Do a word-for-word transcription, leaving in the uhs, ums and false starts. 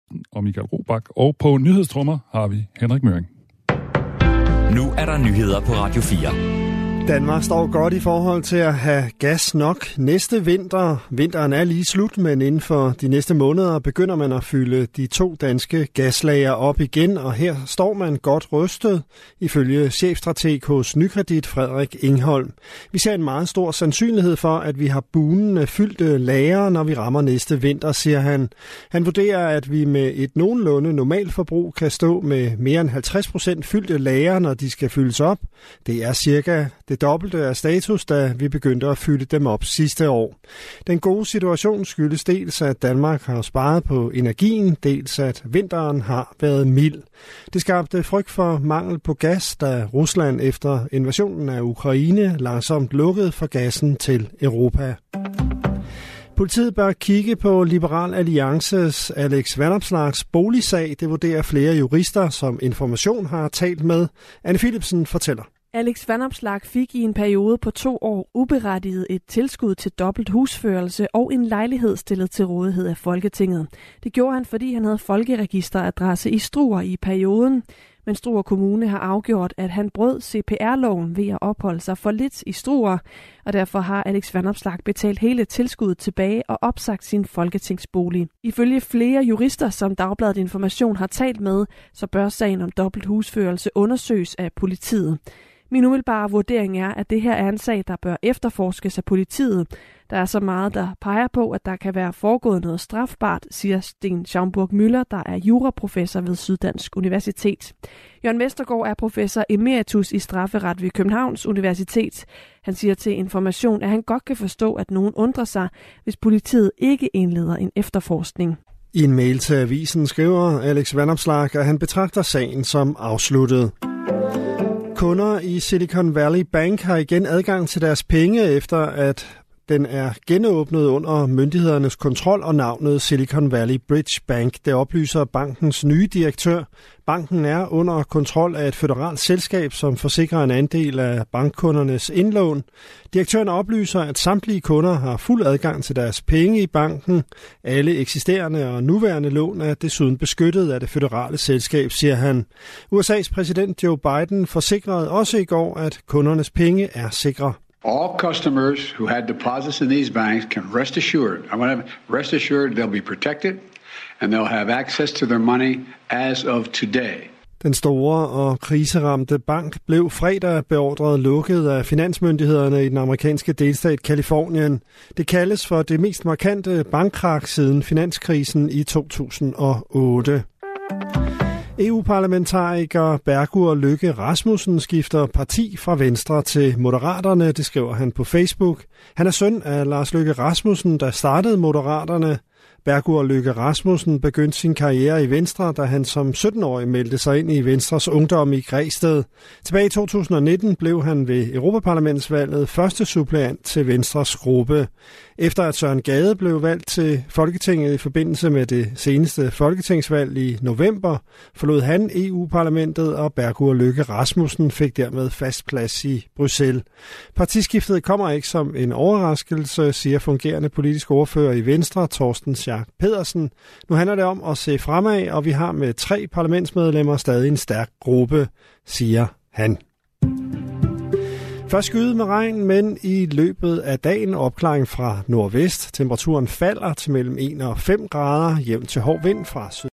og Michael Robach, og på nyhedstrummer har vi Henrik Møring. Nu er der nyheder på Radio fire. Danmark står godt i forhold til at have gas nok næste vinter. Vinteren er lige slut, men inden for de næste måneder begynder man at fylde de to danske gaslager op igen, og her står man godt rystet, ifølge chefstrateg hos Nykredit Frederik Ingholm. Vi ser en meget stor sandsynlighed for, at vi har bunende fyldte lager, når vi rammer næste vinter, siger han. Han vurderer, at vi med et nogenlunde normalt forbrug kan stå med mere end halvtreds procent fyldte lager, når de skal fyldes op. Det er cirka det dobbelte af status, da vi begyndte at fylde dem op sidste år. Den gode situation skyldes dels, at Danmark har sparet på energien, dels at vinteren har været mild. Det skabte frygt for mangel på gas, da Rusland efter invasionen af Ukraine langsomt lukkede for gassen til Europa. Politiet bør kigge på Liberal Alliances Alex Vanopslaghs boligsag. Det vurderer flere jurister, som Information har talt med. Anne Philipsen fortæller. Alex Vanopslagh fik i en periode på to år uberettiget et tilskud til dobbelt husførelse og en lejlighed stillet til rådighed af Folketinget. Det gjorde han, fordi han havde folkeregisteradresse i Struer i perioden. Men Struer Kommune har afgjort, at han brød C P R-loven ved at opholde sig for lidt i Struer, og derfor har Alex Vanopslagh betalt hele tilskuddet tilbage og opsagt sin folketingsbolig. Ifølge flere jurister, som Dagbladet Information har talt med, så bør sagen om dobbelt husførelse undersøges af politiet. Min umiddelbare vurdering er, at det her er en sag, der bør efterforskes af politiet. Der er så meget, der peger på, at der kan være foregået noget strafbart, siger Sten Schaumburg-Müller, der er juraprofessor ved Syddansk Universitet. Jørgen Vestergaard er professor emeritus i strafferet ved Københavns Universitet. Han siger til Information, at han godt kan forstå, at nogen undrer sig, hvis politiet ikke indleder en efterforskning. I en mail til avisen skriver Alex Vanopslagh, at han betragter sagen som afsluttet. Kunder i Silicon Valley Bank har igen adgang til deres penge, efter at den er genåbnet under myndighedernes kontrol og navnet Silicon Valley Bridge Bank. Det oplyser bankens nye direktør. Banken er under kontrol af et føderalt selskab, som forsikrer en andel af bankkundernes indlån. Direktøren oplyser, at samtlige kunder har fuld adgang til deres penge i banken. Alle eksisterende og nuværende lån er desuden beskyttet af det føderale selskab, siger han. U S A's præsident Joe Biden forsikrede også i går, at kundernes penge er sikre. All customers who had deposits in these banks can rest assured, I want to rest assured they'll be protected and they'll have access to their money as of today. Den store og kriseramte bank blev fredag beordret lukket af finansmyndighederne i den amerikanske delstat Kalifornien. Det kaldes for det mest markante bankkrak siden finanskrisen i to tusind og otte. E U-parlamentariker Bergur Løkke Rasmussen skifter parti fra Venstre til Moderaterne, det skriver han på Facebook. Han er søn af Lars Løkke Rasmussen, der startede Moderaterne. Bergur Løkke Rasmussen begyndte sin karriere i Venstre, da han som sytten-årig meldte sig ind i Venstres Ungdom i Græsted. Tilbage i to tusind og nitten blev han ved Europaparlamentsvalget første suppleant til Venstres gruppe. Efter at Søren Gade blev valgt til Folketinget i forbindelse med det seneste folketingsvalg i november, forlod han E U-parlamentet, og Bergur Løkke Rasmussen fik dermed fast plads i Bruxelles. Partiskiftet kommer ikke som en overraskelse, siger fungerende politisk ordfører i Venstre, Torsten Schack Pedersen. Nu handler det om at se fremad, og vi har med tre parlamentsmedlemmer stadig en stærk gruppe, siger han. Først skyde med regn, men i løbet af dagen opklaring fra nordvest. Temperaturen falder til mellem en og fem grader, jævnt til hård vind fra syd.